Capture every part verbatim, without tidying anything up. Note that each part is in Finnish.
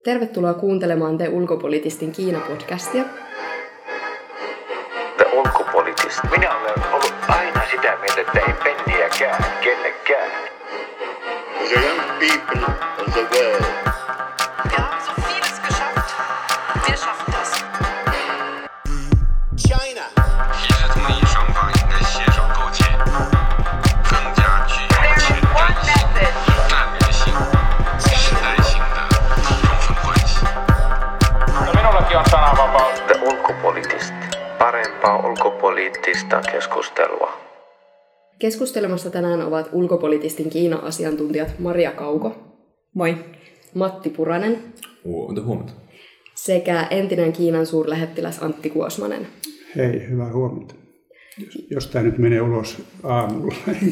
Tervetuloa kuuntelemaan The Ulkopolitistin Kiina-podcastia. The Ulkopolitist. Minä olen ollut aina sitä mieltä, että ei penniäkään kellekään. The young people of the world. Wir haben so vieles geschafft. Wir schaffen das. China. 其实这么一想法应该携手构建更加具有前瞻性、战略性、时代性的充分关系。 Minullakin on sananvapaus. The Ulkopolitist. Parempaa ulkopoliittista keskustelua. Keskustelemassa tänään ovat Ulkopolitistin Kiina-asiantuntijat Maria Kauko. Moi. Matti Puranen. Huomenta, huomenta. Sekä entinen Kiinan suurlähettiläs Antti Kuosmanen. Hei, hyvää huomenta. Jos tämä nyt menee ulos aamulla.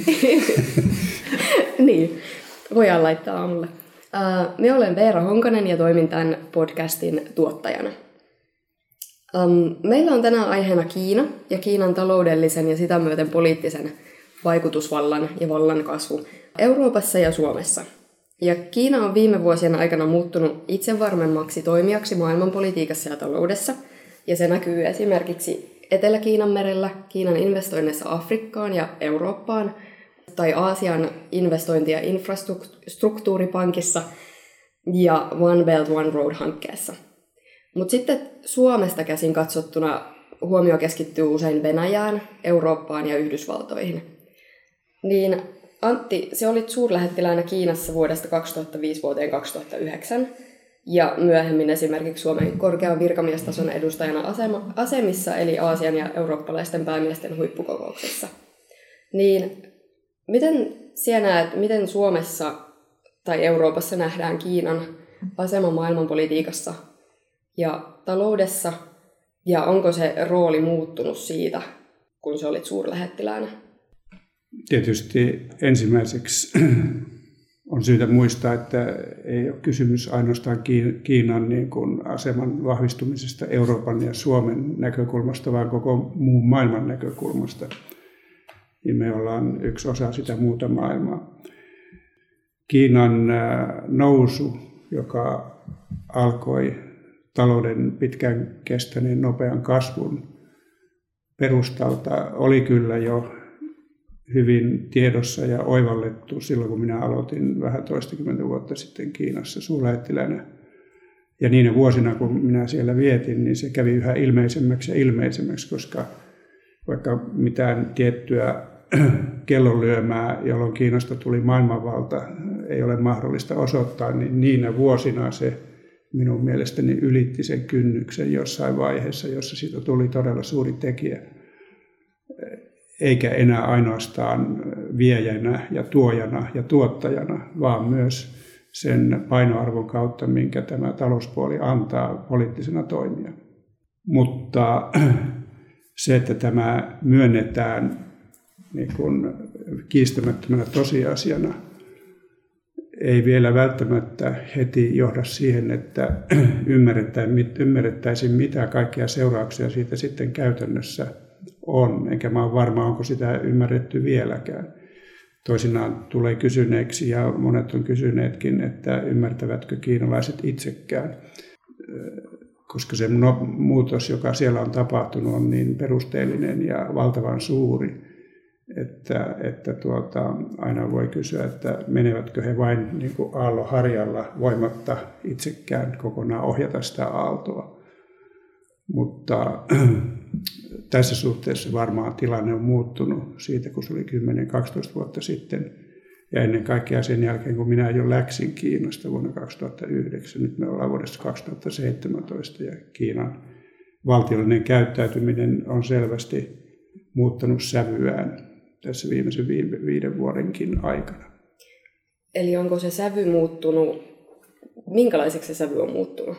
Niin, voidaan laittaa aamulle. Me olen Veera Honkanen ja toimin tämän podcastin tuottajana. Meillä on tänään aiheena Kiina ja Kiinan taloudellisen ja sitä myöten poliittisen vaikutusvallan ja vallan kasvu Euroopassa ja Suomessa. Ja Kiina on viime vuosien aikana muuttunut itsevarmemmaksi toimijaksi maailmanpolitiikassa ja taloudessa, ja se näkyy esimerkiksi Etelä-Kiinan merellä, Kiinan investoinneissa Afrikkaan ja Eurooppaan, tai Aasian investointi- ja infrastruktuuripankissa ja One Belt One Road-hankkeessa. Mutta sitten Suomesta käsin katsottuna huomio keskittyy usein Venäjään, Eurooppaan ja Yhdysvaltoihin. Niin Antti, se olit suurlähettiläänä Kiinassa vuodesta kaksituhattaviisi vuoteen kaksituhattayhdeksän ja myöhemmin esimerkiksi Suomen korkean virkamiestason edustajana asema, asemissa eli Aasian ja eurooppalaisten päämiesten huippukokouksessa. Niin miten sinä näet, miten Suomessa tai Euroopassa nähdään Kiinan asema maailmanpolitiikassa ja taloudessa, ja onko se rooli muuttunut siitä, kun sä olit suurlähettiläänä? Tietysti ensimmäiseksi on syytä muistaa, että ei ole kysymys ainoastaan Kiinan niin kuin aseman vahvistumisesta Euroopan ja Suomen näkökulmasta, vaan koko muun maailman näkökulmasta. Ja me ollaan yksi osa sitä muuta maailmaa. Kiinan nousu, joka alkoi talouden pitkään kestäneen nopean kasvun perustalta, oli kyllä jo hyvin tiedossa ja oivallettu silloin, kun minä aloitin vähän toistakymmentä vuotta sitten Kiinassa suurlähettiläänä. Ja niinä vuosina, kun minä siellä vietin, niin se kävi yhä ilmeisemmäksi ja ilmeisemmäksi, koska vaikka mitään tiettyä kellonlyömää, jolloin Kiinasta tuli maailmanvalta, ei ole mahdollista osoittaa, niin niinä vuosina se minun mielestäni ylitti sen kynnyksen jossain vaiheessa, jossa siitä tuli todella suuri tekijä. Eikä enää ainoastaan viejänä ja tuojana ja tuottajana, vaan myös sen painoarvon kautta, minkä tämä talouspuoli antaa poliittisena toimijana. Mutta se, että tämä myönnetään niin kuin kiistämättömänä tosiasiana, ei vielä välttämättä heti johda siihen, että ymmärrettäisiin, mitä kaikkia seurauksia siitä sitten käytännössä on. Enkä mä ole varma, onko sitä ymmärretty vieläkään. Toisinaan tulee kysyneeksi, ja monet on kysyneetkin, että ymmärtävätkö kiinalaiset itsekään. Koska se muutos, joka siellä on tapahtunut, on niin perusteellinen ja valtavan suuri, että, että tuota, aina voi kysyä, että menevätkö he vain niin kuin aallon harjalla voimatta itsekään kokonaan ohjata sitä aaltoa. Mutta tässä suhteessa varmaan tilanne on muuttunut siitä, kun se oli kymmenen kaksitoista vuotta sitten. Ja ennen kaikkea sen jälkeen, kun minä jo läksin Kiinasta vuonna kaksituhattayhdeksän. Nyt me ollaan vuodessa kaksituhattaseitsemäntoista ja Kiinan valtiollinen käyttäytyminen on selvästi muuttanut sävyään tässä viimeisen viiden vuodenkin aikana. Eli onko se sävy muuttunut? Minkälaiseksi se sävy on muuttunut?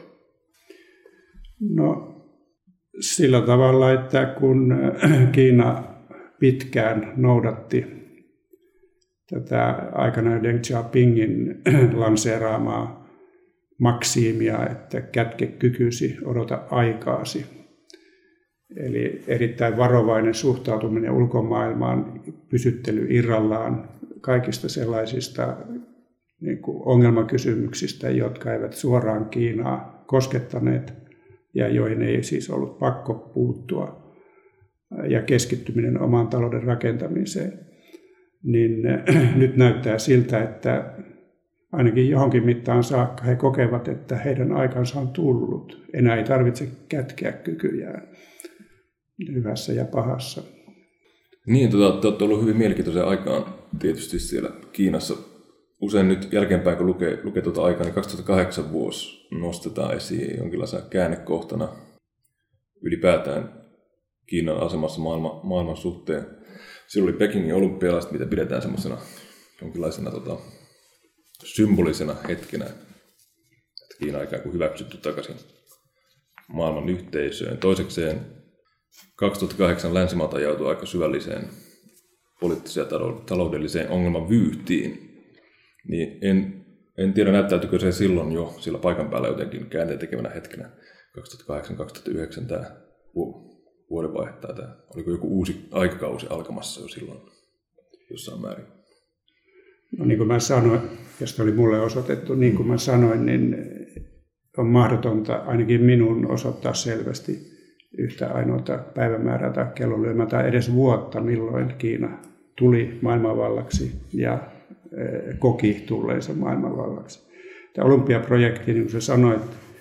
No sillä tavalla, että kun Kiina pitkään noudatti tätä aikanaan Deng Xiaopingin lanseeraamaa maksiimia, että kätke kykysi, odota aikaasi. Eli erittäin varovainen suhtautuminen ulkomaailmaan, pysyttely irrallaan kaikista sellaisista niin kuin ongelmakysymyksistä, jotka eivät suoraan Kiinaa koskettaneet ja joihin ei siis ollut pakko puuttua, ja keskittyminen oman talouden rakentamiseen, niin nyt näyttää siltä, että ainakin johonkin mittaan saakka he kokevat, että heidän aikansa on tullut. Enää ei tarvitse kätkeä kykyjään hyvässä ja pahassa. Niin, tota, te olette olleet hyvin mielenkiintoisen aikaan tietysti siellä Kiinassa. Usein nyt jälkeenpäin, kun lukee, lukee tuota aikaa, niin kaksituhattakahdeksan vuosi nostetaan esiin jonkinlaisena käännekohtana ylipäätään Kiinan asemassa maailman, maailman suhteen. Silloin oli Pekingin olympialaiset, mitä pidetään semmoisena jonkinlaisena tota, symbolisena hetkenä, että Kiina on ikään kuin hyväksytty takaisin maailman yhteisöön. Toisekseen kaksituhattakahdeksan länsimaat ajautui aika syvälliseen poliittiseen ja taloudelliseen ongelman vyyhtiin. Niin en, en tiedä, näyttäytykö se silloin jo sillä paikan päällä jotenkin käänteen tekevänä hetkenä kaksituhattakahdeksan kaksituhattayhdeksän tämä vuodenvaihtaa. Tämä. Oliko joku uusi aikakausi alkamassa jo silloin jossain määrin? No niin kuin mä sanoin, ja se oli mulle osoitettu, niin kuin mä sanoin, niin on mahdotonta ainakin minun osoittaa selvästi yhtä ainoata päivämäärää tai kellonlyömää tai edes vuotta, milloin Kiina tuli maailmanvallaksi ja koki tulleensa maailmanvallaksi. Tämä olympiaprojekti, niin kuin sä sanoit,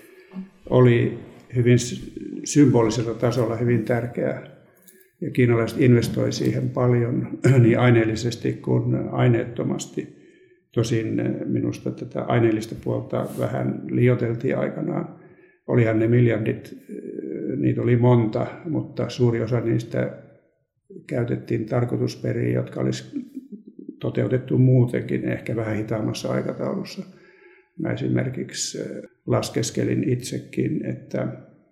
oli hyvin symbolisella tasolla hyvin tärkeä. Ja kiinalaiset investoi siihen paljon niin aineellisesti kuin aineettomasti. Tosin minusta tätä aineellista puolta vähän liioiteltiin aikanaan. Olihan ne miljardit, niitä oli monta, mutta suuri osa niistä käytettiin tarkoitusperiin, jotka olisi toteutettu muutenkin, ehkä vähän hitaammassa aikataulussa. Mä esimerkiksi laskeskelin itsekin, että,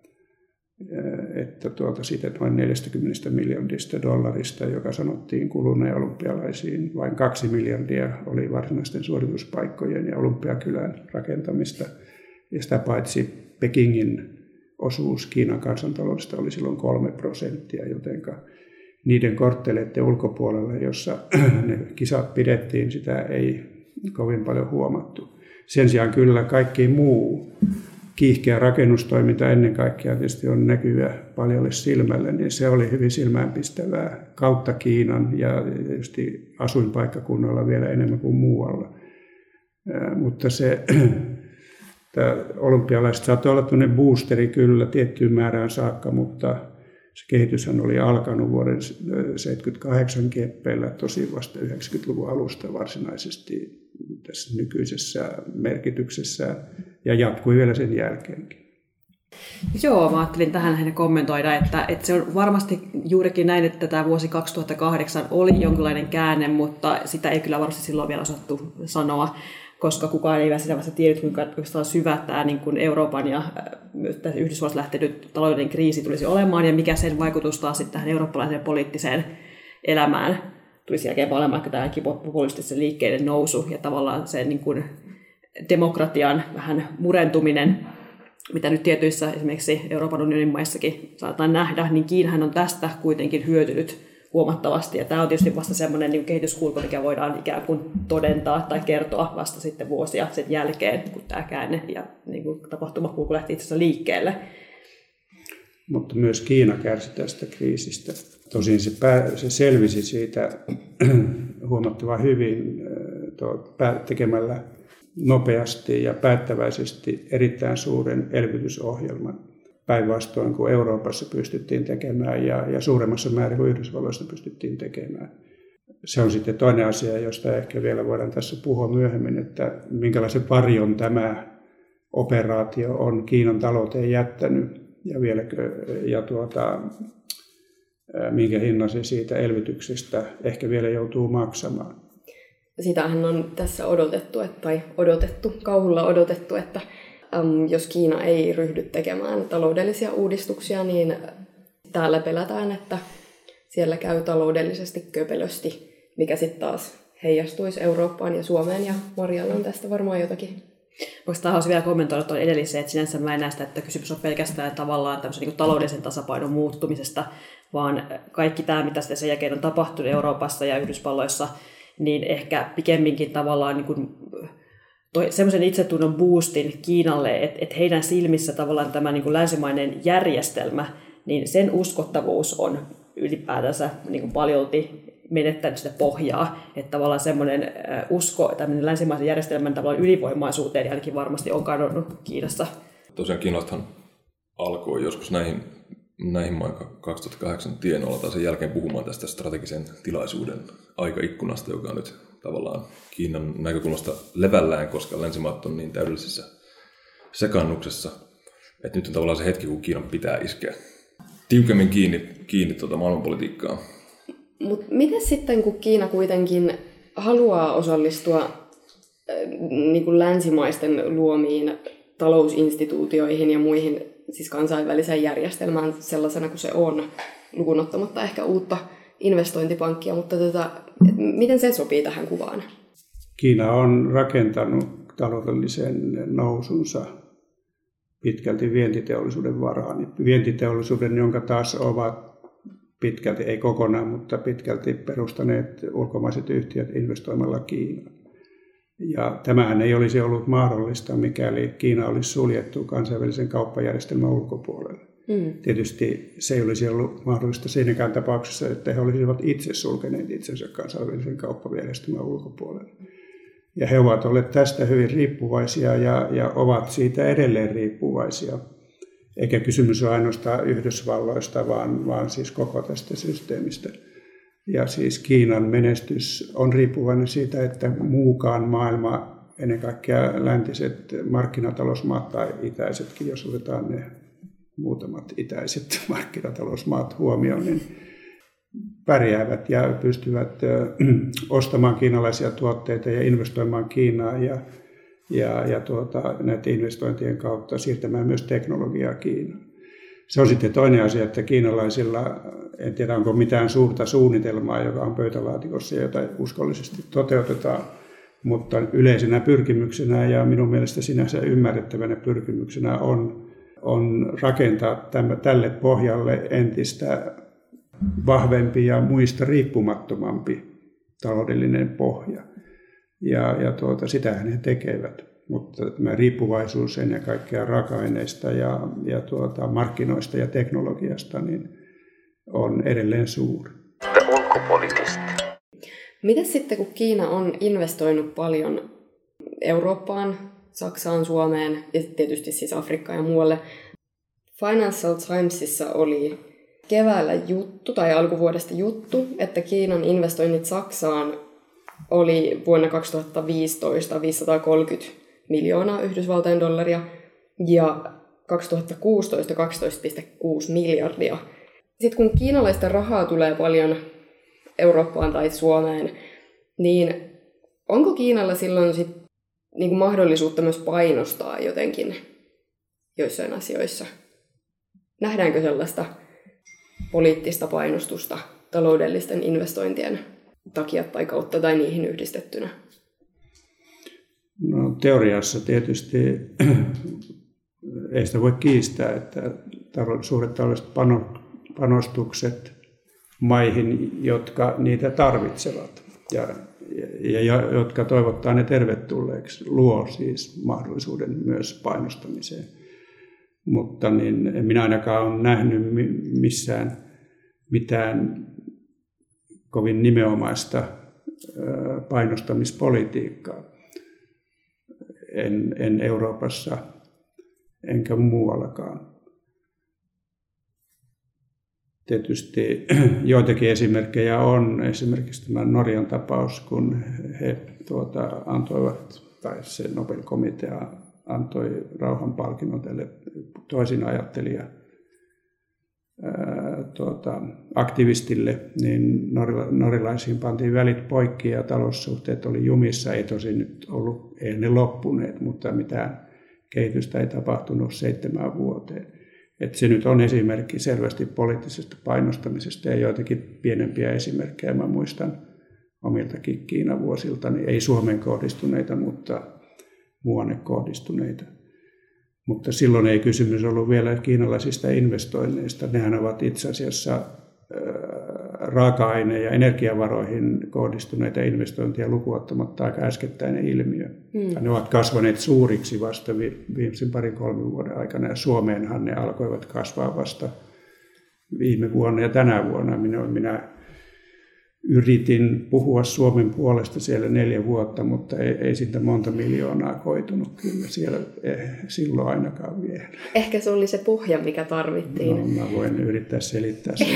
että tuota, siitä noin neljäkymmentä miljardista dollarista, joka sanottiin kuluneen olympialaisiin, vain kaksi miljardia oli varsinaisten suorituspaikkojen ja olympiakylän rakentamista. Ja sitä paitsi Pekingin osuus Kiinan kansantaloudesta oli silloin kolme prosenttia, jotenka niiden kortteleiden ulkopuolella, jossa ne kisat pidettiin, sitä ei kovin paljon huomattu. Sen sijaan kyllä kaikki muu kiihkeä rakennustoiminta ennen kaikkea tietysti on näkyvä paljolle silmälle, niin se oli hyvin silmäänpistävää kautta Kiinan ja tietysti asuinpaikkakunnalla vielä enemmän kuin muualla. Ää, mutta se tämä olympialaiset saattoi olla tuonne boosteri kyllä tiettyyn määrään saakka, mutta se kehityshän oli alkanut vuoden seitsemänkymmentäkahdeksan kieppeillä, tosi vasta yhdeksänkymmentäluvun alusta varsinaisesti tässä nykyisessä merkityksessä ja jatkui vielä sen jälkeenkin. Joo, mä ajattelin tähän lähinnä kommentoida, että, että se on varmasti juurikin näin, että tämä vuosi kaksituhattakahdeksan oli jonkinlainen käänne, mutta sitä ei kyllä varmasti silloin vielä osattu sanoa, koska kukaan ei sitä vasta tiedä, kuinka syvä tämä niin kuin Euroopan ja Yhdysvalloista lähtenyt taloudellinen kriisi tulisi olemaan ja mikä sen vaikutus taas sitten tähän eurooppalaiseen poliittiseen elämään tulisi jälkeen olemaan, että tämä populistisen liikkeiden nousu ja tavallaan se niin kuin demokratian vähän murentuminen, mitä nyt tietyissä esimerkiksi Euroopan unionin maissakin saataan nähdä, niin Kiinahan on tästä kuitenkin hyötynyt huomattavasti. Ja tämä on tietysti vasta semmoinen niin kehityskulku, mikä voidaan ikään kuin todentaa tai kertoa vasta sitten vuosia sen jälkeen, kun tämä käänne ja niin kuin tapahtumakulku lähti itse asiassa liikkeelle. Mutta myös Kiina kärsi tästä kriisistä. Tosin se, pää, se selvisi siitä huomattavan hyvin tekemällä nopeasti ja päättäväisesti erittäin suuren elvytysohjelman. Päinvastoin kuin Euroopassa pystyttiin tekemään ja, ja suuremmassa määrin kuin Yhdysvalloissa pystyttiin tekemään. Se on sitten toinen asia, josta ehkä vielä voidaan tässä puhua myöhemmin, että minkälaisen varjon tämä operaatio on Kiinan talouteen jättänyt ja, vieläkö, ja tuota, minkä hinnan se siitä elvytyksestä ehkä vielä joutuu maksamaan. Sitähän on tässä odotettu, tai odotettu, kauhulla odotettu, että äm, jos Kiina ei ryhdy tekemään taloudellisia uudistuksia, niin täällä pelätään, että siellä käy taloudellisesti köpelösti, mikä sitten taas heijastuisi Eurooppaan ja Suomeen, ja Marjalla on tästä varmaan jotakin. Oikeastaan haluaisin vielä kommentoida tuon edelliseen, että sinänsä mä en näe sitä, että kysymys on pelkästään tavallaan tämmöisen niin taloudellisen tasapainon muuttumisesta, vaan kaikki tämä, mitä sen jälkeen on tapahtunut Euroopassa ja Yhdysvalloissa, niin ehkä pikemminkin tavallaan niin kuin toi semmoisen itsetunnon boostin Kiinalle, että, että heidän silmissä tavallaan tämä niin kuin länsimainen järjestelmä, niin sen uskottavuus on ylipäätänsä niin kuin paljolti menettänyt sitä pohjaa, että tavallaan semmoinen usko tämmöinen länsimaisen järjestelmän tavallaan ylivoimaisuuteen ainakin varmasti on kadonnut Kiinassa. Tosiaan kiinalaisethan alkoi joskus näihin, näihin maan kaksituhattakahdeksan tienoilla tai sen jälkeen puhumaan tästä strategisen tilaisuuden aikaikkunasta, joka on nyt tavallaan Kiinan näkökulmasta levällään, koska länsimaat on niin täydellisessä sekannuksessa, että nyt on tavallaan se hetki, kun Kiinan pitää iskeä tiukemmin kiinni, kiinni tuota maailmanpolitiikkaa. Mutta miten sitten, kun Kiina kuitenkin haluaa osallistua äh, niin kuin länsimaisten luomiin talousinstituutioihin ja muihin, siis kansainväliseen järjestelmään sellaisena kuin se on, lukuun ottamatta ehkä uutta investointipankkia, mutta tota, miten se sopii tähän kuvaan? Kiina on rakentanut taloudellisen nousunsa pitkälti vientiteollisuuden varaan. Vientiteollisuuden, jonka taas ovat pitkälti, ei kokonaan, mutta pitkälti perustaneet ulkomaiset yhtiöt investoimalla Kiinaan. Ja tämähän ei olisi ollut mahdollista, mikäli Kiina olisi suljettu kansainvälisen kauppajärjestelmän ulkopuolelle. Mm. Tietysti se ei olisi ollut mahdollista siinäkään tapauksessa, että he olisivat itse sulkeneet itsensä kansainvälisen kauppajärjestelmän ulkopuolelle. Ja he ovat olleet tästä hyvin riippuvaisia ja, ja ovat siitä edelleen riippuvaisia. Eikä kysymys ole ainoastaan Yhdysvalloista, vaan, vaan siis koko tästä systeemistä. Ja siis Kiinan menestys on riippuvainen siitä, että muukaan maailma, ennen kaikkea läntiset markkinatalousmaat tai itäisetkin, jos otetaan ne muutamat itäiset markkinatalousmaat huomioon, niin pärjäävät ja pystyvät ostamaan kiinalaisia tuotteita ja investoimaan Kiinaan ja, ja, ja tuota, näiden investointien kautta siirtämään myös teknologiaa Kiinaan. Se on sitten toinen asia, että kiinalaisilla, en tiedä onko mitään suurta suunnitelmaa, joka on pöytälaatikossa ja jota uskollisesti toteutetaan, mutta yleisenä pyrkimyksenä ja minun mielestä sinänsä ymmärrettävänä pyrkimyksenä on, on rakentaa tämän, tälle pohjalle entistä vahvempi ja muista riippumattomampi taloudellinen pohja. Ja, ja tuota, sitähän he tekevät. Mutta tämä riippuvaisuus ennen kaikkea raaka-aineista ja, ja tuota, markkinoista ja teknologiasta niin on edelleen suuri. Ulkopoliittisesti. Miten sitten, kun Kiina on investoinut paljon Eurooppaan, Saksaan, Suomeen ja tietysti siis Afrikkaan ja muualle. Financial Timesissa oli keväällä juttu tai alkuvuodesta juttu, että Kiinan investoinnit Saksaan oli vuonna kaksituhattaviisitoista viisisataakolmekymmentä miljoonaa Yhdysvaltain dollaria ja kaksituhattakuusitoista kaksitoista pilkku kuusi miljardia. Sitten kun kiinalaista rahaa tulee paljon Eurooppaan tai Suomeen, niin onko Kiinalla silloin sit niinku mahdollisuutta myös painostaa jotenkin joissain asioissa? Nähdäänkö sellaista poliittista painostusta taloudellisten investointien takia tai kautta tai niihin yhdistettynä? No, teoriassa tietysti ei sitä voi kiistää, että suuret taloudelliset panostukset maihin, jotka niitä tarvitsevat ja, ja, ja jotka toivottaa ne tervetulleeksi, luo siis mahdollisuuden myös painostamiseen. Mutta niin, en minä ainakaan ole nähnyt missään mitään kovin nimenomaista painostamispolitiikkaa. En, en Euroopassa enkä muuallakaan. Tietysti joitakin esimerkkejä on, esimerkiksi tämä Norjan tapaus, kun he tuota, antoivat, tai se Nobel-komitea antoi rauhanpalkinnon tälle toisin ajattelija ää, tuota, aktivistille, niin norila, norilaisiin pantiin välit poikki ja taloussuhteet oli jumissa. Ei tosin nyt ollut, ei ne loppuneet, mutta mitään kehitystä ei tapahtunut seitsemään vuoteen. Et se nyt on esimerkki selvästi poliittisesta painostamisesta ja joitakin pienempiä esimerkkejä. Mä muistan omiltakin Kiinan vuosilta, niin ei Suomeen kohdistuneita, mutta muuanne kohdistuneita. Mutta silloin ei kysymys ollut vielä kiinalaisista investoinneista. Nehän ovat itse asiassa raaka-aine- ja energiavaroihin kohdistuneita investointeja lukuottamatta aika äskettäinen ilmiö. Mm. Ne ovat kasvaneet suuriksi vasta viimeisen parin kolmen vuoden aikana, ja Suomeenhan ne alkoivat kasvaa vasta viime vuonna ja tänä vuonna. Minä, minä yritin puhua Suomen puolesta siellä neljä vuotta, mutta ei, ei siitä monta miljoonaa koitunut kyllä siellä eh, silloin ainakaan vielä. Ehkä se oli se pohja, mikä tarvittiin. No, mä voin yrittää selittää sen.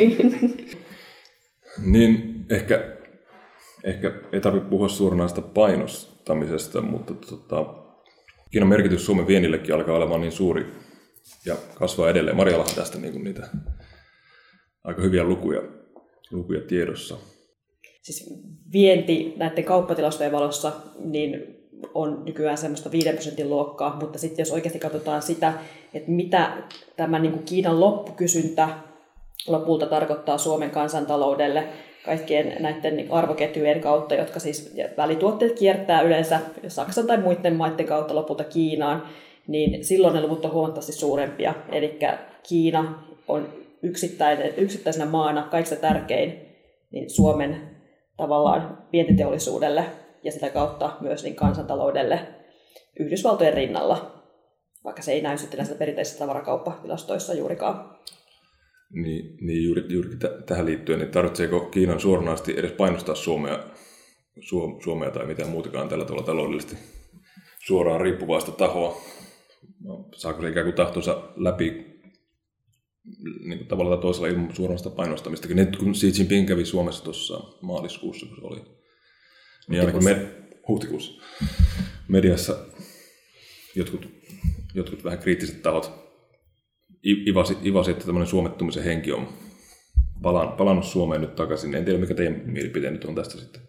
Niin, ehkä, ehkä ei tarvitse puhua suoranaista painostamisesta, mutta tota, Kiinan merkitys Suomen viennillekin alkaa olemaan niin suuri ja kasvaa edelleen. Marjallahan tästä niin niitä aika hyviä lukuja, lukuja tiedossa. Siis vienti näiden kauppatilastojen valossa niin on nykyään semmoista viiden prosentin luokkaa, mutta sitten jos oikeasti katsotaan sitä, että mitä tämä niin kuin Kiinan loppukysyntä lopulta tarkoittaa Suomen kansantaloudelle kaikkien näiden arvoketjujen kautta, jotka siis välituotteet kiertää yleensä Saksan tai muiden maiden kautta lopulta Kiinaan, niin silloin ne luvut on huomattavasti suurempia. Eli Kiina on yksittäinen, yksittäisenä maana kaikista tärkein niin Suomen tavallaan vientiteollisuudelle ja sitä kautta myös niin kansantaloudelle Yhdysvaltojen rinnalla, vaikka se ei näy sitten näissä perinteisissä tavarakauppatilastoissa juurikaan. Niin, niin juuri, juuri t- tähän liittyen, niin tarvitseeko Kiinan suoranaisesti edes painostaa Suomea, Suom- Suomea tai mitään muutakaan tällä tavalla taloudellisesti suoraan riippuvaista tahoa? No, saako se ikään kuin tahtonsa läpi niin kuin tavalla tai toisella ilman suoranaista painostamista? Nyt kun Xi Jinping kävi Suomessa tuossa maaliskuussa, kun se oli, niin ainakin me, huhtikuussa mediassa jotkut, jotkut vähän kriittiset tahot Ivasi, ivasi, että tämmöinen suomettumisen henki on palannut, palannut Suomeen nyt takaisin. En tiedä, mikä teidän mielipiteen nyt on tästä sitten.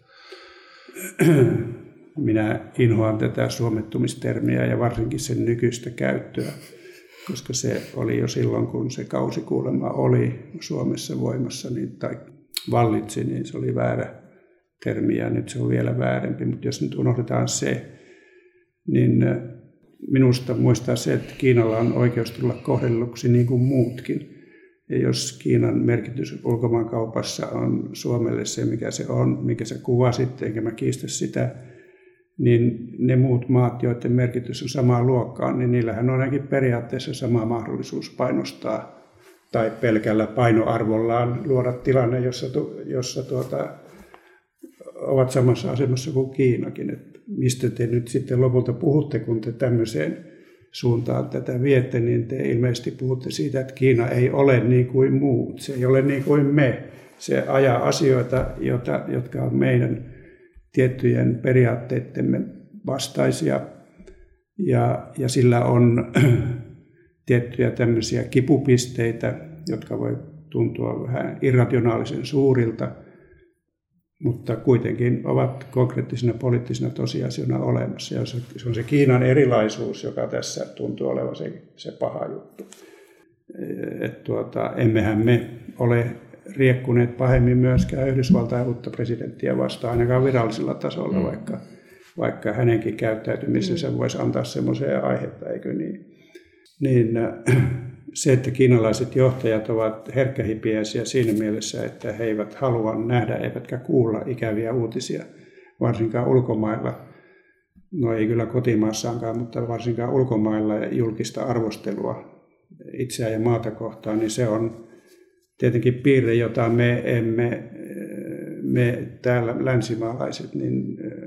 Minä inhoan tätä suomettumistermiä ja varsinkin sen nykyistä käyttöä, koska se oli jo silloin, kun se kausikuulema oli Suomessa voimassa niin, tai vallitsi, niin se oli väärä termi ja nyt se on vielä väärempi. Mutta jos nyt unohdetaan se, niin minusta muistaa se, että Kiinalla on oikeus tulla kohdelluksi niin kuin muutkin. Ja jos Kiinan merkitys ulkomaankaupassa on Suomelle se, mikä se on, mikä se kuvasit, enkä mä kiistä sitä, niin ne muut maat, joiden merkitys on samaa luokkaa, niin niillähän on ainakin periaatteessa sama mahdollisuus painostaa tai pelkällä painoarvollaan luoda tilanne, jossa, jossa tuota, ovat samassa asemassa kuin Kiinakin. Et mistä te nyt sitten lopulta puhutte, kun te tämmöiseen suuntaan tätä viette, niin te ilmeisesti puhutte siitä, että Kiina ei ole niin kuin muut. Se ei ole niin kuin me. Se ajaa asioita, jota, jotka on meidän tiettyjen periaatteittemme vastaisia. Ja, ja sillä on tiettyjä tämmöisiä kipupisteitä, jotka voi tuntua vähän irrationaalisen suurilta, mutta kuitenkin ovat konkreettisina poliittisina tosiasioina olemassa. Ja se on se Kiinan erilaisuus, joka tässä tuntuu olevan se, se paha juttu. Et tuota, emmehän me ole riekkuneet pahemmin myöskään Yhdysvaltain uutta presidenttiä vastaan, ainakaan virallisella tasolla, mm. vaikka, vaikka hänenkin käyttäytymisensä mm. voisi antaa semmoiseen aihetta, eikö niin? Niin se, että kiinalaiset johtajat ovat herkkähipiäisiä siinä mielessä, että he eivät halua nähdä eivätkä kuulla ikäviä uutisia, varsinkaan ulkomailla. No ei kyllä kotimaassaankaan, mutta varsinkaan ulkomailla julkista arvostelua itseään ja maata kohtaan, niin se on tietenkin piirre, jota me emme, me täällä länsimaalaiset, niin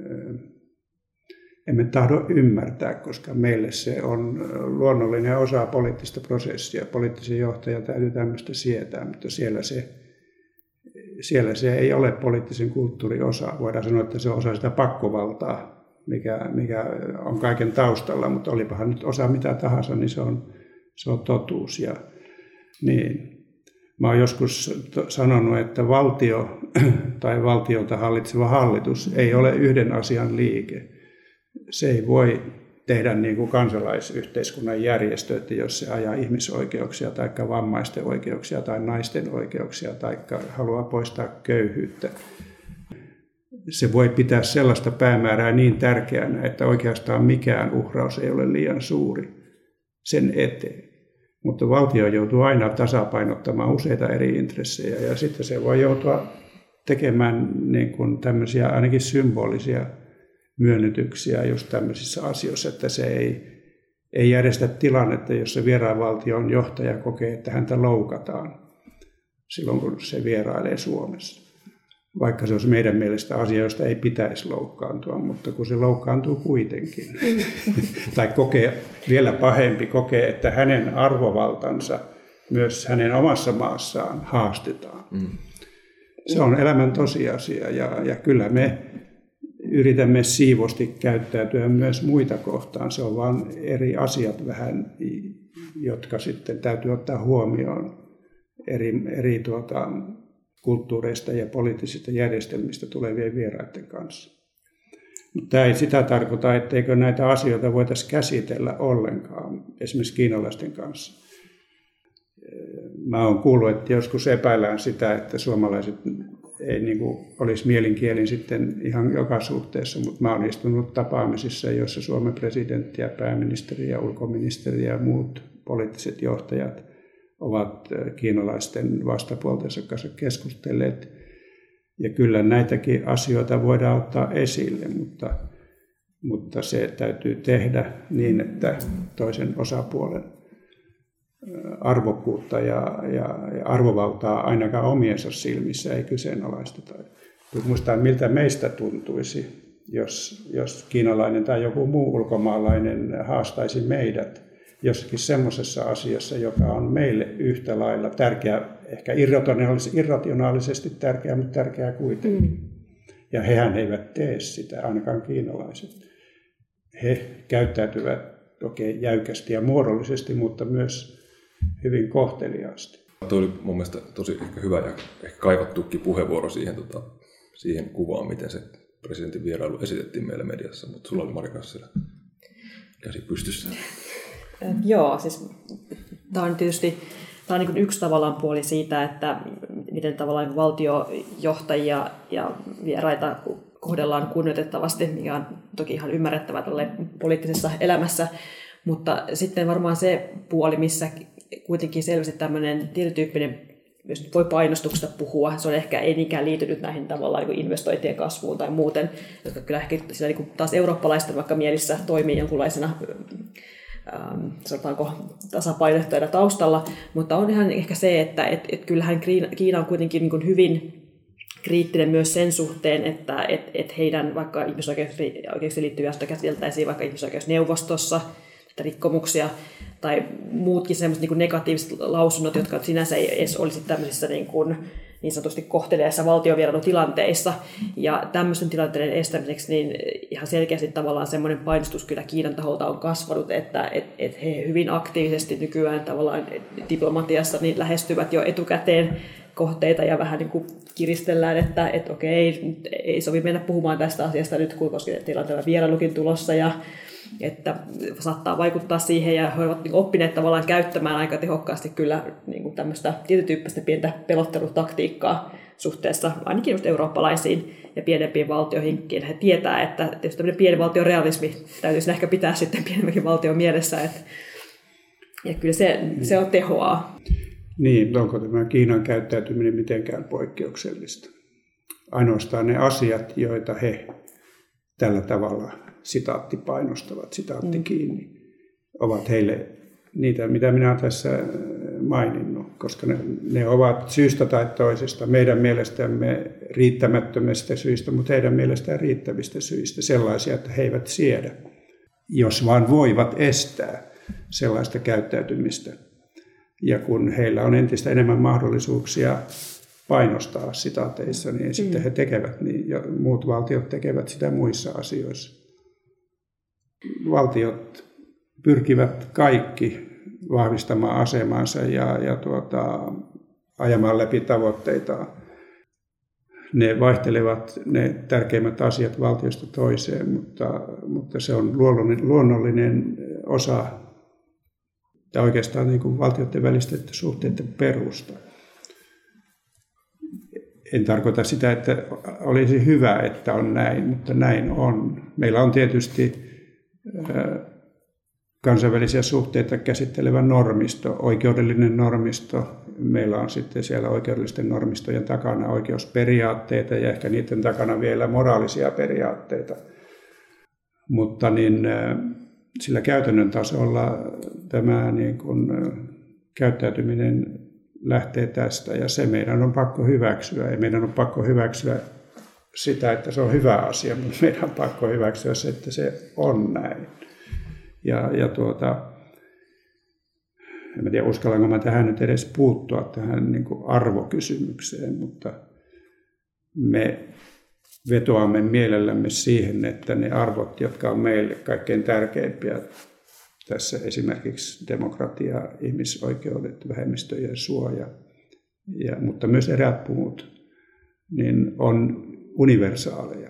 emme tahdo ymmärtää, koska meille se on luonnollinen osa poliittista prosessia. Poliittisen johtajan täytyy tämmöistä sietää, mutta siellä se, siellä se ei ole poliittisen kulttuurin osa. Voidaan sanoa, että se on osa sitä pakkovaltaa, mikä, mikä on kaiken taustalla, mutta olipahan nyt osa mitä tahansa, niin se on, se on totuus. Ja, niin. Mä oon joskus sanonut, että valtio tai valtiota hallitseva hallitus ei ole yhden asian liike. Se ei voi tehdä niin kuin kansalaisyhteiskunnan järjestö, että jos se ajaa ihmisoikeuksia tai vammaisten oikeuksia tai naisten oikeuksia tai haluaa poistaa köyhyyttä. Se voi pitää sellaista päämäärää niin tärkeänä, että oikeastaan mikään uhraus ei ole liian suuri sen eteen. Mutta valtio joutuu aina tasapainottamaan useita eri intressejä ja sitten se voi joutua tekemään niin kuin tämmöisiä ainakin symbolisia myönnytyksiä just tämmöisissä asioissa, että se ei, ei järjestä tilannetta, jossa vieraanvaltion johtaja kokee, että häntä loukataan silloin, kun se vierailee Suomessa. Vaikka se olisi meidän mielestä asia, josta ei pitäisi loukkaantua, mutta kun se loukkaantuu kuitenkin. Tai kokee, vielä pahempi, kokee, että hänen arvovaltansa myös hänen omassa maassaan haastetaan. Mm. Se on elämän tosiasia ja, ja kyllä me yritämme siivosti käyttäytyä myös muita kohtaan. Se on vain eri asiat vähän, jotka sitten täytyy ottaa huomioon eri, eri tuota, kulttuureista ja poliittisista järjestelmistä tulevien vieraiden kanssa. Mutta tämä ei sitä tarkoita, etteikö näitä asioita voitaisiin käsitellä ollenkaan, esimerkiksi kiinalaisten kanssa. Mä oon kuullut, että joskus epäillään sitä, että suomalaiset ei niin kuin olisi mielinkielin sitten ihan joka suhteessa, mutta mä oon istunut tapaamisissa, joissa Suomen presidentti ja pääministeri ja ulkoministeri ja muut poliittiset johtajat ovat kiinalaisten vastapuoltensa kanssa keskustelleet. Ja kyllä näitäkin asioita voidaan ottaa esille, mutta, mutta se täytyy tehdä niin, että toisen osapuolen arvokkuutta ja, ja, ja arvovaltaa ainakaan omiensa silmissä ei kyseenalaisteta. Muistan, miltä meistä tuntuisi, jos, jos kiinalainen tai joku muu ulkomaalainen haastaisi meidät jossakin semmoisessa asiassa, joka on meille yhtä lailla tärkeä, ehkä irrationaalisesti tärkeä, mutta tärkeää kuitenkin. Mm. Ja hehän eivät tee sitä, ainakaan kiinalaiset. He käyttäytyvät okei, okay, jäykästi ja muodollisesti, mutta myös hyvin kohteliaasti. Tuo oli mun mielestä tosi ehkä hyvä ja ehkä kaivattukin puheenvuoro siihen, tota, siihen kuvaan, miten se presidentin vierailu esitettiin meille mediassa, mutta sulla oli Marika siellä käsi pystyssä. Joo, siis tämä on tietysti tämä on niin yksi tavallaan puoli siitä, että miten tavallaan valtiojohtajia ja vieraita kohdellaan kunnioitettavasti, mikä on toki ihan ymmärrettävää tälle poliittisessa elämässä, mutta sitten varmaan se puoli, missä kuitenkin selvästi tämmöinen tietotyyppinen, jos nyt voi painostuksesta puhua, se on ehkä ei niinkään liitynyt näihin tavallaan niin investointien kasvuun tai muuten, jotka kyllä ehkä siellä niin taas eurooppalaisten vaikka mielissä toimii jonkunlaisena Ähm, sanotaanko tasapainottajana taustalla, mutta on ihan ehkä se, että et, et kyllähän Kiina on kuitenkin niin kuin hyvin kriittinen myös sen suhteen, että et, et heidän vaikka ihmisoikeuksiin liittyviä asioita käsiteltäisiin vaikka ihmisoikeusneuvostossa, rikkomuksia tai muutkin sellaiset niin kuin negatiiviset lausunnot, jotka sinänsä ei edes olisi tämmöisissä niin kuin niin sanotusti kohteliaissa valtiovierailutilanteissa. Ja tämmöisten tilanteiden estämiseksi niin ihan selkeästi tavallaan semmoinen painostus kyllä Kiinan taholta on kasvanut, että et, et he hyvin aktiivisesti nykyään tavallaan diplomatiassa niin lähestyvät jo etukäteen kohteita ja vähän niin kuin kiristellään, että et okei, ei, ei sovi mennä puhumaan tästä asiasta nyt, kun koska teillä on tämä vierailukin tulossa ja että saattaa vaikuttaa siihen ja he ovat oppineet tavallaan käyttämään aika tehokkaasti kyllä niin kuin tämmöistä tietotyyppistä pientä pelottelutaktiikkaa suhteessa ainakin just eurooppalaisiin ja pienempiin valtioihinkin. He tietää, että tietysti tämmöinen pieni valtion realismi täytyisi ehkä pitää sitten pienemmänkin valtion mielessä, että ja kyllä se, se on tehoaa. Niin, onko tämä Kiinan käyttäytyminen mitenkään poikkeuksellista? Ainoastaan ne asiat, joita he tällä tavalla sitaatti painostavat, sitaatti mm. kiinni, ovat heille niitä, mitä minä olen tässä maininnut, koska ne, ne ovat syystä tai toisesta meidän mielestämme riittämättömistä syistä, mutta heidän mielestään riittävistä syistä sellaisia, että he eivät siedä, jos vaan voivat estää sellaista käyttäytymistä. Ja kun heillä on entistä enemmän mahdollisuuksia painostaa sitaateissa, niin mm. sitten he tekevät niin, ja muut valtiot tekevät sitä muissa asioissa. Valtiot pyrkivät kaikki vahvistamaan asemansa ja, ja tuota, ajamaan läpi tavoitteitaan. Ne vaihtelevat ne tärkeimmät asiat valtiosta toiseen, mutta, mutta se on luonnollinen, luonnollinen osa ja oikeastaan niin kuin valtioiden välisten suhteiden perusta. En tarkoita sitä, että olisi hyvä, että on näin, mutta näin on. Meillä on tietysti kansainvälisiä suhteita käsittelevä normisto, oikeudellinen normisto. Meillä on sitten siellä oikeudellisten normistojen takana oikeusperiaatteita ja ehkä niiden takana vielä moraalisia periaatteita. Mutta niin, sillä käytännön tasolla tämä niin kuin, käyttäytyminen lähtee tästä ja se meidän on pakko hyväksyä. Ei meidän on pakko hyväksyä sitä, että se on hyvä asia, mutta meidän on pakko hyväksyä se, että se on näin. Ja, ja tuota, en tiedä uskallanko mä tähän nyt edes puuttua tähän niin kuin arvokysymykseen, mutta me vetoamme mielellämme siihen, että ne arvot, jotka on meille kaikkein tärkeimpiä, tässä esimerkiksi demokratia, ihmisoikeudet, vähemmistöjen suoja, ja, mutta myös eräät muut, niin on universaaleja.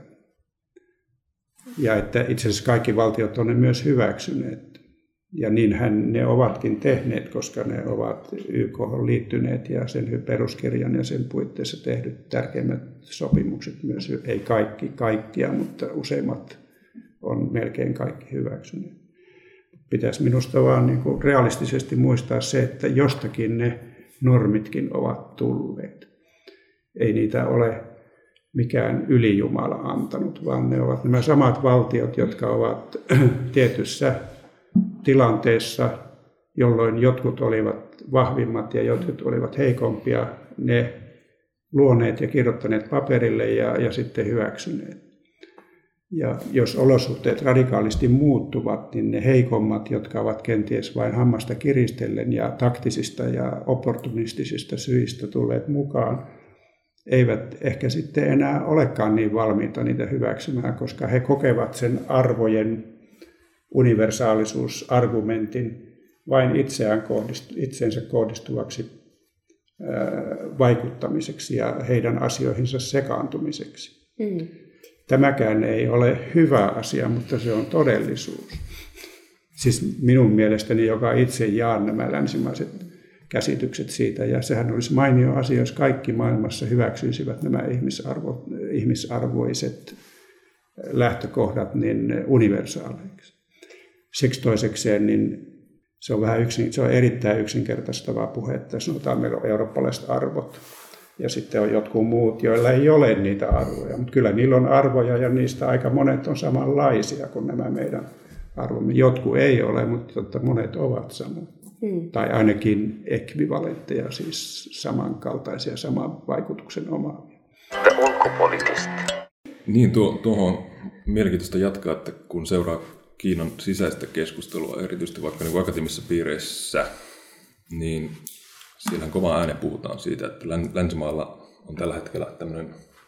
Ja että itse asiassa kaikki valtiot on ne myös hyväksyneet. Ja niinhän ne ovatkin tehneet, koska ne ovat Y K:hon liittyneet ja sen peruskirjan ja sen puitteissa tehdyt tärkeimmät sopimukset myös. Ei kaikki kaikkia, mutta useimmat on melkein kaikki hyväksyneet. Pitäisi minusta vaan niin kuin realistisesti muistaa se, että jostakin ne normitkin ovat tulleet. Ei niitä ole mikään ylijumala antanut, vaan ne ovat nämä samat valtiot, jotka ovat tietyssä tilanteessa, jolloin jotkut olivat vahvimmat ja jotkut olivat heikompia, ne luoneet ja kirjoittaneet paperille ja, ja sitten hyväksyneet. Ja jos olosuhteet radikaalisti muuttuvat, niin ne heikommat, jotka ovat kenties vain hammasta kiristellen ja taktisista ja opportunistisista syistä tulleet mukaan, eivät ehkä sitten enää olekaan niin valmiita niitä hyväksymään, koska he kokevat sen arvojen universaalisuusargumentin vain itseään kohdistu, itseensä kohdistuvaksi ää, vaikuttamiseksi ja heidän asioihinsa sekaantumiseksi. Mm. Tämäkään ei ole hyvä asia, mutta se on todellisuus. Siis minun mielestäni, joka itse jaan nämä länsimaiset käsitykset siitä, ja sehän olisi mainio asia, jos kaikki maailmassa hyväksyisivät nämä ihmisarvo, ihmisarvoiset lähtökohdat niin universaaleiksi. Siksi toisekseen niin se on, vähän yksin, se on erittäin yksinkertaistavaa puhetta. Sanotaan, meillä on eurooppalaiset arvot ja sitten on jotkut muut, joilla ei ole niitä arvoja. Mutta kyllä niillä on arvoja ja niistä aika monet on samanlaisia kuin nämä meidän arvomme. Jotkut ei ole, mutta monet ovat samoja. Hmm. Tai ainakin ekvivalentteja, siis samankaltaisia, saman vaikutuksen omaavia. Ulkopoliittisesti. Niin, tuo, tuohon mielenkiintoista jatkaa, että kun seuraa Kiinan sisäistä keskustelua, erityisesti vaikka niin akateemisissa piireissä, niin siellähän kova ääne puhutaan siitä, että länsimaalla on tällä hetkellä tämmöinen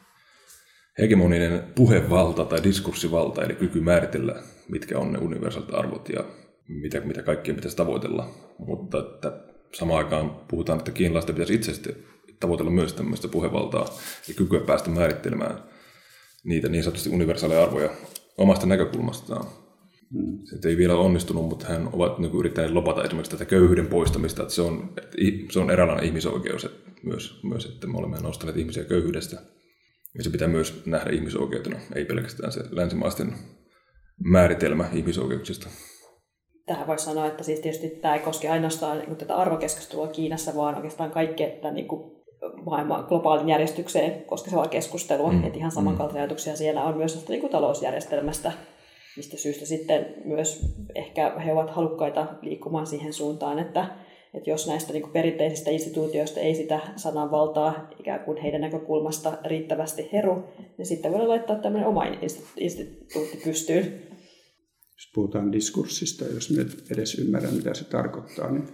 hegemoninen puhevalta tai diskurssivalta, eli kyky määritellä, mitkä on ne universaalit arvot ja mitä, mitä kaikkea pitäisi tavoitella. Mutta että samaan aikaan puhutaan, että kiinalaista pitäisi itse tavoitella myös tämmöistä puhevaltaa ja kykyä päästä määrittelemään niitä niin sanotusti universaaleja arvoja omasta näkökulmastaan. Hmm. Se ei vielä onnistunut, mutta hän ovat niin yrittäneet lopata esimerkiksi tätä köyhyyden poistamista, että se on, että se on eräänlainen ihmisoikeus että myös, myös, että me olemme nostaneet ihmisiä köyhyydestä. Ja se pitää myös nähdä ihmisoikeutena, ei pelkästään se länsimaisten määritelmä ihmisoikeuksista. Tähän voisi sanoa, että siis tietysti tämä ei koske ainoastaan niin tätä arvokeskustelua Kiinassa, vaan oikeastaan kaikkea tätä niin maailman globaalin järjestykseen koskevaa keskustelua. Mm. Että ihan samankaltaisia ajatuksia siellä on myös niin talousjärjestelmästä, mistä syystä sitten myös ehkä he ovat halukkaita liikkumaan siihen suuntaan, että, että jos näistä niin perinteisistä instituutioista ei sitä sananvaltaa ikään kuin heidän näkökulmasta riittävästi heru, niin sitten voidaan laittaa tämmöinen oma instituutti pystyyn. Jos puhutaan diskurssista, jos nyt edes ymmärrän, mitä se tarkoittaa, niin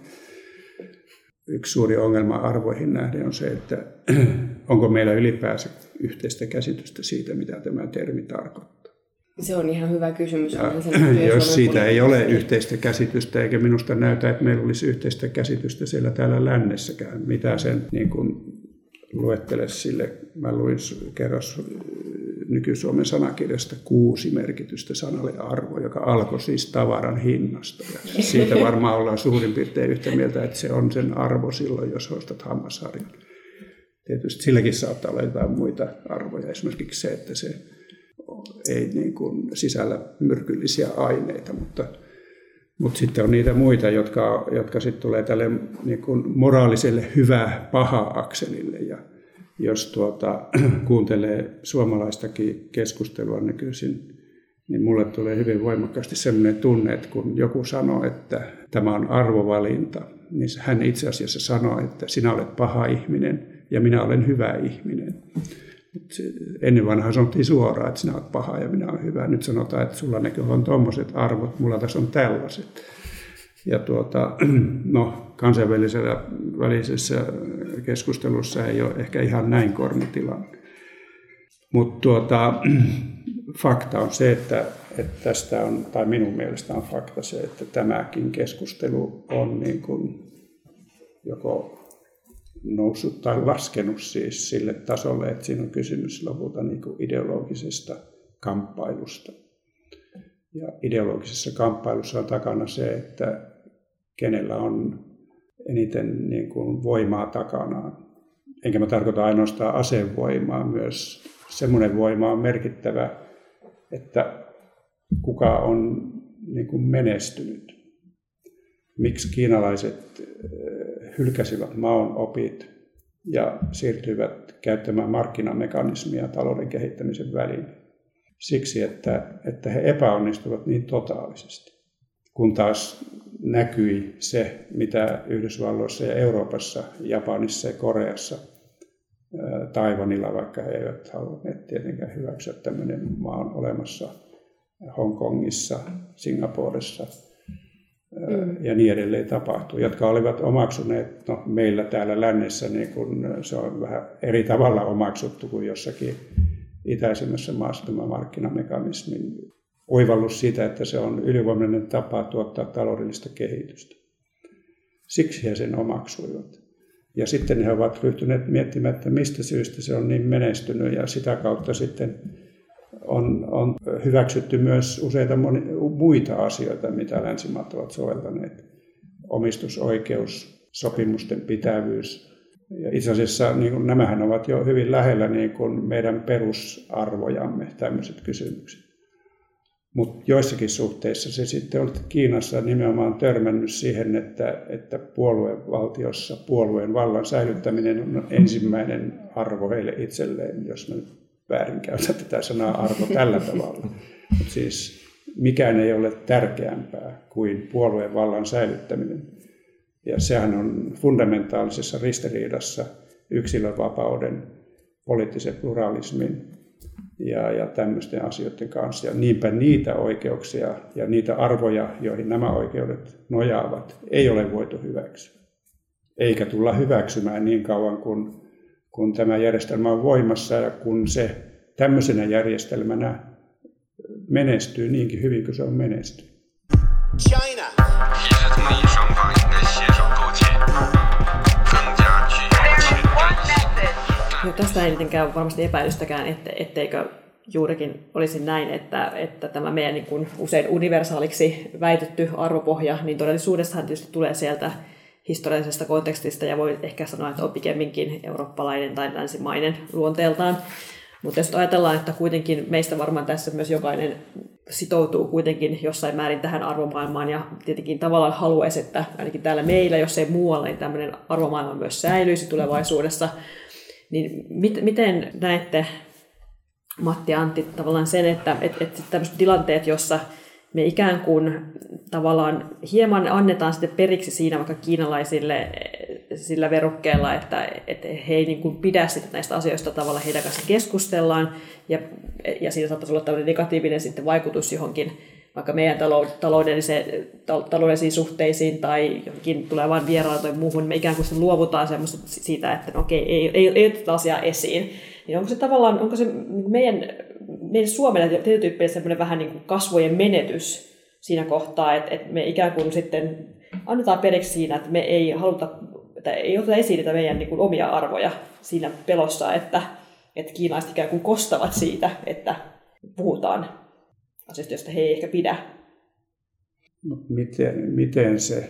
yksi suuri ongelma arvoihin nähden on se, että onko meillä ylipäänsä yhteistä käsitystä siitä, mitä tämä termi tarkoittaa. Se on ihan hyvä kysymys. Ja, jos siitä ei ole yhteistä käsitystä, eikä minusta näytä, että meillä olisi yhteistä käsitystä siellä täällä lännessäkään, mitä sen niin kuin luettele sille. Mä luin kerran Nyky-Suomen sanakirjasta kuusi merkitystä sanalle arvo, joka alkoi siis tavaran hinnasta. Ja siitä varmaan ollaan suurin piirtein yhtä mieltä, että se on sen arvo silloin, jos ostat hammasharjan. Tietysti silläkin saattaa olla jotain muita arvoja, esimerkiksi se, että se ei niin kuin sisällä myrkyllisiä aineita, mutta, Mutta sitten on niitä muita, jotka, jotka sitten tulee tälle niin kuin moraaliselle hyvä-paha-akselille. Ja jos tuota, kuuntelee suomalaistakin keskustelua nykyisin, niin mulle tulee hyvin voimakkaasti sellainen tunne, että kun joku sanoo, että tämä on arvovalinta, niin hän itse asiassa sanoo, että sinä olet paha ihminen ja minä olen hyvä ihminen. Ennen vanhaa sanottiin suoraan, että sinä olet paha ja minä olen hyvä. Nyt sanotaan, että sulla näkyy on tuommoiset arvot, mulla tässä on tällaiset. Ja tuota, no, kansainvälisessä välisessä keskustelussa ei ole ehkä ihan näin kornitilanne. Mutta tuota, fakta on se, että, että tästä on, tai minun mielestä on fakta se, että tämäkin keskustelu on niin kuin joko noussut tai laskenut siis sille tasolle, että siinä on kysymys lopulta niin kuin ideologisesta kamppailusta. Ja ideologisessa kamppailussa on takana se, että kenellä on eniten niin kuin voimaa takanaan. Enkä mä tarkoita ainoastaan asevoimaa, myös semmoinen voima on merkittävä, että kuka on niin kuin menestynyt. Miksi kiinalaiset hylkäsivät Maon opit ja siirtyivät käyttämään markkinamekanismia talouden kehittämisen väliin? Siksi, että, että he epäonnistuivat niin totaalisesti. Kun taas näkyi se, mitä Yhdysvalloissa ja Euroopassa, Japanissa ja Koreassa, Taiwanilla, vaikka he eivät halunneet tietenkään hyväksyä, tämmöinen maa on olemassa Hongkongissa, Singaporessa mm. ja niin edelleen tapahtuu, jotka olivat omaksuneet, no meillä täällä lännessä niin kun se on vähän eri tavalla omaksuttu kuin jossakin itäisemmässä maassa tämä markkinamekanismin oivallus siitä, että se on ylivoimainen tapa tuottaa taloudellista kehitystä. Siksi he sen omaksuivat. Ja sitten he ovat ryhtyneet miettimään, että mistä syystä se on niin menestynyt, ja sitä kautta sitten on, on hyväksytty myös useita moni, muita asioita, mitä länsimaat ovat soveltaneet. Omistusoikeus, sopimusten pitävyys. Ja itse asiassa niin kuin, nämähän ovat jo hyvin lähellä niin kuin meidän perusarvojamme, tämmöiset kysymykset. Mutta joissakin suhteissa se sitten on Kiinassa nimenomaan törmännyt siihen, että, että puoluevaltiossa puolueen vallan säilyttäminen on ensimmäinen arvo heille itselleen, jos mä nyt väärinkäytän tätä sanaa arvo tällä tavalla. Mut siis mikään ei ole tärkeämpää kuin puolueen vallan säilyttäminen. Ja sehän on fundamentaalisessa ristiriidassa yksilönvapauden, poliittisen pluralismin ja, ja tämmöisten asioiden kanssa. Ja niinpä niitä oikeuksia ja niitä arvoja, joihin nämä oikeudet nojaavat, ei ole voitu hyväksyä. Eikä tulla hyväksymään niin kauan, kun, kun tämä järjestelmä on voimassa ja kun se tämmöisenä järjestelmänä menestyy niinkin hyvin kuin se on menestynyt. China. 其实同意双方应该携手构建更加具有前瞻性。 No, tästä ei mitenkään varmasti epäilystäkään, ette, etteikö juurikin olisi näin, että, että tämä meidän niin kuin usein universaaliksi väitetty arvopohja, niin todellisuudessahan tietysti tulee sieltä historiallisesta kontekstista ja voi ehkä sanoa, että on pikemminkin eurooppalainen tai länsimainen luonteeltaan. Mutta jos ajatellaan, että kuitenkin meistä varmaan tässä myös jokainen sitoutuu kuitenkin jossain määrin tähän arvomaailmaan ja tietenkin tavallaan haluaisi, että ainakin täällä meillä, jos ei muualla, niin tämmöinen arvomaailma myös säilyisi tulevaisuudessa. Niin mit, miten näette, Matti ja Antti, tavallaan sen, että et, et tämmöiset tilanteet, jossa me ikään kuin tavallaan hieman annetaan sitten periksi siinä vaikka kiinalaisille sillä verukkeella, että, että he ei niin kuin pidä sitä näistä asioista tavalla heidän kanssa keskustellaan, ja, ja siinä saattaisi olla tämmöinen negatiivinen sitten vaikutus johonkin vaikka meidän taloudelliseen, taloudellisiin suhteisiin tai johonkin tulevaan vieraan tai muuhun, me ikään kuin sitten luovutaan semmoista siitä, että no okei, ei, ei, ei oteta asiaa esiin. Niin onko se tavallaan, onko se meidän, meidän Suomella tietyn tyyppinen semmoinen vähän niin kuin kasvojen menetys siinä kohtaa, että, että me ikään kuin sitten annetaan periksi siinä, että me ei haluta, että ei oteta esiin niitä meidän niin kuin omia arvoja siinä pelossa, että, että kiinalaiset ikään kuin kostavat siitä, että puhutaan asioista, joista he ei ehkä pidä. No, miten, miten se,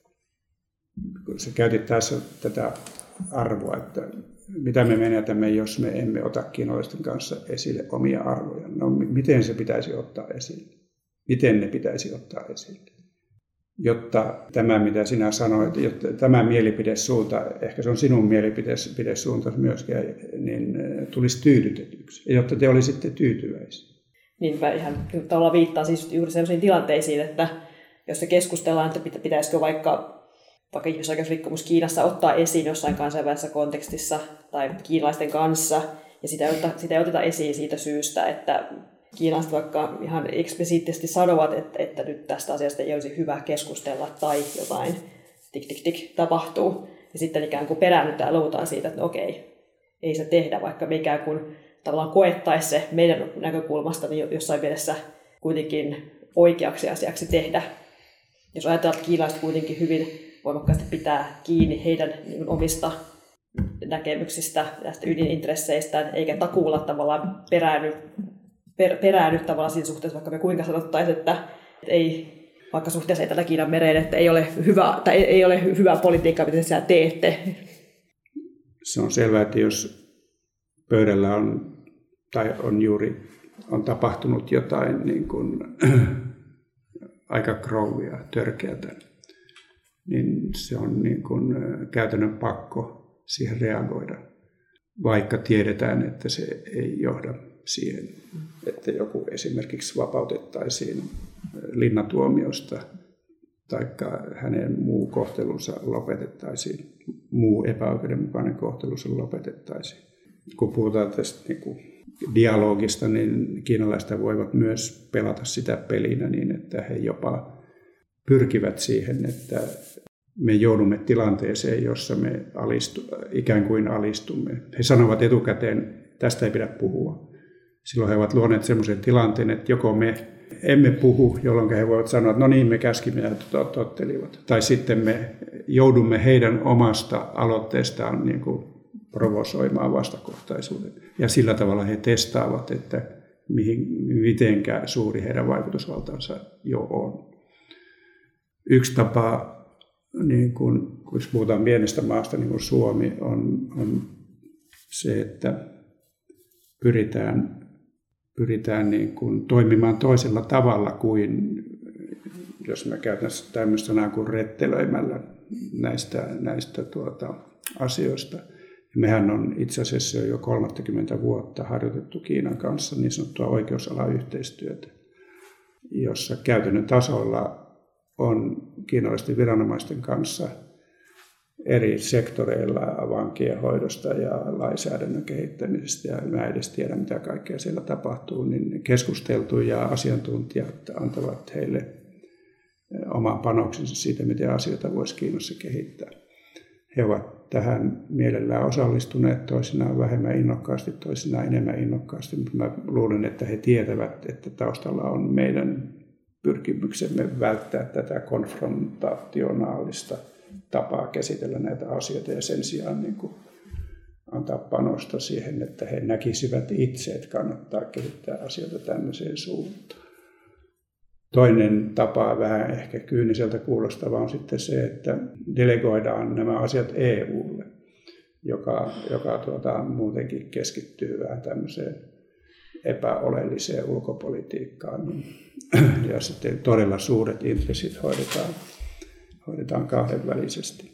kun sä käytit tässä tätä arvoa, että mitä me menetämme, jos me emme ota kiinalaisten kanssa esille omia arvoja. No miten se pitäisi ottaa esille? Miten ne pitäisi ottaa esille? jotta tämä, mitä sinä sanoit, jotta tämä mielipidesuunta, ehkä se on sinun mielipidesuunta myöskin, niin tulisi tyydytetyksi, jotta te olisitte tyytyväisiä. Niinpä ihan tavallaan viittaa siis juuri sellaisiin tilanteisiin, että jos se keskustellaan, että pitäisikö vaikka, vaikka ihmisoikeusrikkomus Kiinassa ottaa esiin jossain kansainvälisessä kontekstissa tai kiinalaisten kanssa, ja sitä ei oteta, sitä ei oteta esiin siitä syystä, että kiinalaiset vaikka ihan eksplisiittisesti sanovat, että, että nyt tästä asiasta ei olisi hyvä keskustella tai jotain tik tik tik tapahtuu. Ja sitten ikään kuin peräännytään ja luvutaan siitä, että no okei, ei se tehdä, vaikka me ikään kuin tavallaan koettaisi se meidän näkökulmasta niin jossain mielessä kuitenkin oikeaksi asiaksi tehdä. Jos ajatellaan, että kiinalaiset kuitenkin hyvin voimakkaasti pitää kiinni heidän niin omista näkemyksistä, näistä ydinintresseistään, eikä takuulla tavallaan peräänny, per, peräänny tavallaan siinä suhteessa, vaikka me kuinka sanottaisiin, että ei, vaikka suhteessa Etelä-Kiinan mereen, että ei ole hyvä, tai ei, ei ole hyvää politiikkaa, mitä siellä teette. Se on selvää, että jos pöydällä on, tai on juuri on tapahtunut jotain niin kuin, aika krouvia, törkeätä, niin se on niin kuin käytännön pakko siihen reagoida, vaikka tiedetään, että se ei johda siihen, että joku esimerkiksi vapautettaisiin linnatuomiosta tai hänen muu kohtelunsa lopetettaisiin, muu epäoikeudenmukainen kohtelunsa lopetettaisiin. Kun puhutaan tästä niin kuin dialogista, niin kiinalaiset voivat myös pelata sitä pelinä niin, että he jopa pyrkivät siihen, että me joudumme tilanteeseen, jossa me alistu, ikään kuin alistumme. He sanovat etukäteen, tästä ei pidä puhua. Silloin he ovat luoneet sellaisen tilanteen, että joko me emme puhu, jolloin he voivat sanoa, että no niin, me käskimme ja tottelivat. Tai sitten me joudumme heidän omasta aloitteestaan niin kuin provosoimaan vastakohtaisuuden. Ja sillä tavalla he testaavat, että mihin, mitenkä suuri heidän vaikutusvaltansa jo on. Yksi tapa, niin kun, kun puhutaan pienestä maasta, niin kuin Suomi, on, on se, että pyritään, pyritään niin kuin toimimaan toisella tavalla kuin, jos mä käytän tämmöistä sanaa kuin rettelöimällä näistä, näistä tuota, asioista. Mehän on itse asiassa jo kolmekymmentä vuotta harjoitettu Kiinan kanssa niin sanottua oikeusalayhteistyötä, jossa käytännön tasolla on kiinalaisten viranomaisten kanssa eri sektoreilla vankien hoidosta ja lainsäädännön kehittämisestä, ja mä edes tiedä mitä kaikkea siellä tapahtuu, niin keskusteltu ja asiantuntijat antavat heille oman panoksensa siitä, miten asioita voisi Kiinassa kehittää. He ovat tähän mielellään osallistuneet, toisinaan vähemmän innokkaasti, toisinaan enemmän innokkaasti, mutta mä luulen, että he tietävät, että taustalla on meidän pyrkimyksemme välttää tätä konfrontaationaalista tapaa käsitellä näitä asioita ja sen sijaan niin kuin antaa panosta siihen, että he näkisivät itse, että kannattaa kehittää asioita tämmöiseen suuntaan. Toinen tapa, vähän ehkä kyyniseltä kuulostava, on sitten se, että delegoidaan nämä asiat E U:lle, joka, joka tuota, muutenkin keskittyy vähän tämmöiseen epäoleelliseen ulkopolitiikkaan. Ja sitten todella suuret intressit hoidetaan, hoidetaan kahdenvälisesti.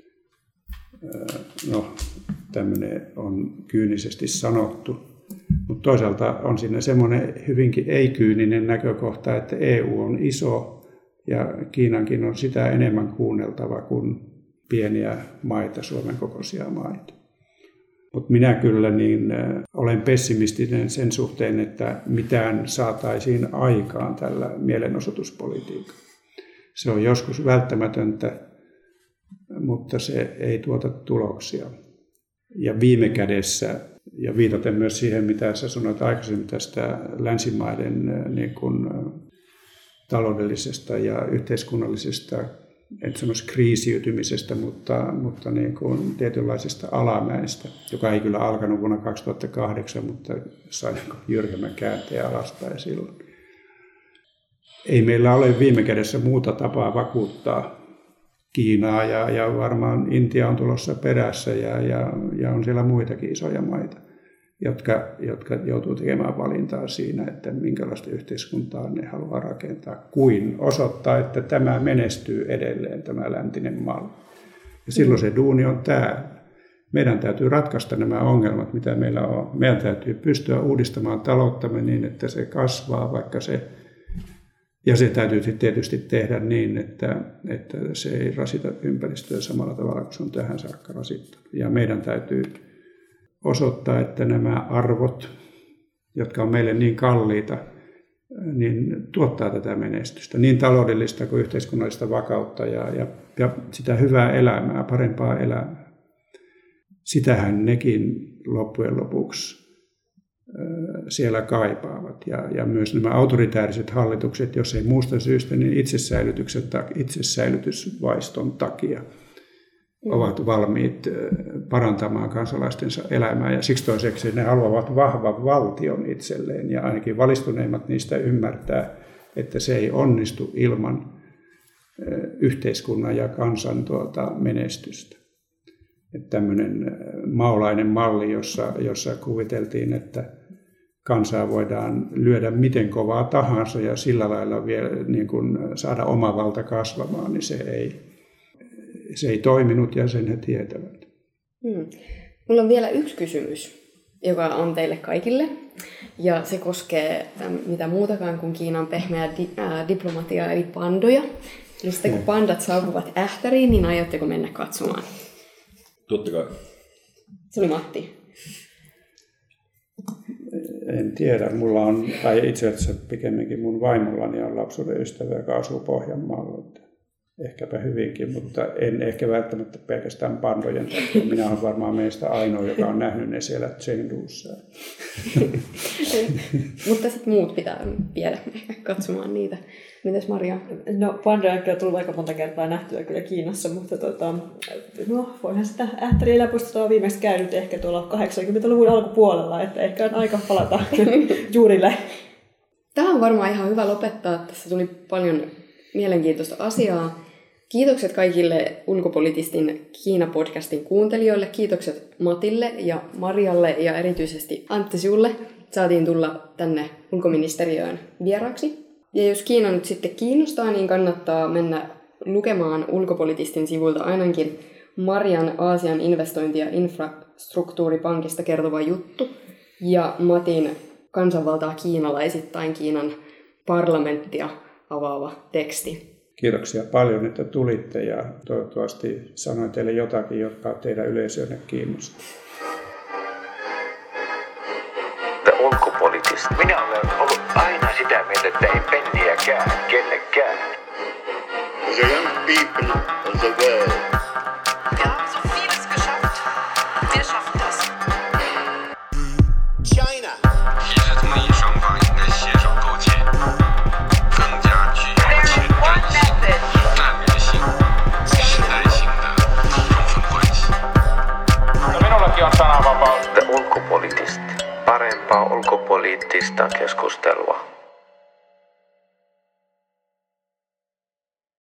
No, tämmöinen on kyynisesti sanottu. Mutta toisaalta on siinä semmoinen hyvinkin ei-kyyninen näkökohta, että E U on iso ja Kiinankin on sitä enemmän kuunneltava kuin pieniä maita, Suomen kokoisia maita. Mutta minä kyllä niin olen pessimistinen sen suhteen, että mitään saataisiin aikaan tällä mielenosoituspolitiikalla. Se on joskus välttämätöntä, mutta se ei tuota tuloksia. Ja viime kädessä, ja viitaten myös siihen, mitä sä sanoit aikaisemmin tästä länsimaiden niin kuin, taloudellisesta ja yhteiskunnallisesta, en sanoisi kriisiytymisestä, mutta, mutta niin kuin tietynlaisesta alamäistä, joka ei kyllä alkanut vuonna kaksituhattakahdeksan, mutta sai jyrkemmän käänteen alaspäin silloin. Ei meillä ole viime kädessä muuta tapaa vakuuttaa Kiinaa ja, ja varmaan Intia on tulossa perässä ja, ja, ja on siellä muitakin isoja maita. jotka, jotka joutuu tekemään valintaa siinä, että minkälaista yhteiskuntaa ne haluaa rakentaa, kuin osoittaa, että tämä menestyy edelleen, tämä läntinen malli. Ja silloin se duuni on täällä. Meidän täytyy ratkaista nämä ongelmat, mitä meillä on. Meidän täytyy pystyä uudistamaan talouttamme niin, että se kasvaa, vaikka se... Ja se täytyy tietysti tehdä niin, että, että se ei rasita ympäristöä samalla tavalla kuin se on tähän saakka rasittanut. Ja meidän täytyy osoittaa, että nämä arvot, jotka on meille niin kalliita, niin tuottaa tätä menestystä, niin taloudellista kuin yhteiskunnallista vakautta ja, ja, ja sitä hyvää elämää, parempaa elämää. Sitähän nekin loppujen lopuksi siellä kaipaavat. Ja, ja myös nämä autoritääriset hallitukset, jos ei muusta syystä, niin itsesäilytyksen, itsesäilytysvaiston takia ovat valmiit parantamaan kansalaistensa elämää. Ja siksi toiseksi ne haluavat vahvan valtion itselleen. Ja ainakin valistuneimmat niistä ymmärtää, että se ei onnistu ilman yhteiskunnan ja kansan tuota menestystä. Että tämmöinen maolainen malli, jossa, jossa kuviteltiin, että kansaa voidaan lyödä miten kovaa tahansa ja sillä lailla vielä niin kuin saada oma valta kasvamaan, niin se ei, se ei toiminut ja sen he tietävät. Hmm. Mulla on vielä yksi kysymys, joka on teille kaikille. Ja se koskee mitä muutakaan kuin Kiinan pehmeää di- ää, diplomatiaa, eli pandoja. Eli sitten kun pandat saapuvat Ähtäriin, niin aiotteko mennä katsomaan? Totta kai. Se oli Matti. En tiedä. Mulla on, tai itse asiassa pikemminkin mun vaimollani on lapsuuden ystävä, joka asuu Pohjanmaalla. Ehkäpä hyvinkin, mutta en ehkä välttämättä pelkästään pandojen takia. Minä olen varmaan meistä ainoa, joka on nähnyt ne siellä Chengdussa. Mutta sitten muut pitää viedä katsomaan niitä. Mites Maria? No pandoja on kyllä tullut aika monta kertaa nähtyä kyllä Kiinassa, mutta tota, no, voihan sitä Ähtärin eläpuistoa on viimeksi käynyt ehkä tuolla kahdeksankymmentäluvun alkupuolella, että ehkä on aika palata juurille. Tämä on varmaan ihan hyvä lopettaa. Tässä tuli paljon mielenkiintoista asiaa. Kiitokset kaikille Ulkopolitistin Kiina-podcastin kuuntelijoille. Kiitokset Matille ja Marialle ja erityisesti Antti sinulle. Saatiin tulla tänne ulkoministeriöön vieraaksi. Ja jos Kiina nyt sitten kiinnostaa, niin kannattaa mennä lukemaan Ulkopolitistin sivuilta ainakin Marian Aasian investointi- ja infrastruktuuripankista kertova juttu ja Matin kansanvaltaa kiinalaisittain Kiinan parlamenttia avaava teksti. Kiitoksia paljon, että tulitte ja toivottavasti sanoin teille jotakin, jotka teidän yleisönne kiinnostaa. The Ulkopolitist. Minä olen ollut aina sitä mieltä, että ei penniäkään kellekään. The young people of the world. Wir haben so vieles geschafft. Wir schaffen das. China. 其实通力双方应该携手构建更加具有前瞻性、战略性、时代性的充分关系。 No minullakin on sananvapaus. The Ulkopolitist. Parempaa ulkopoliittista keskustelua.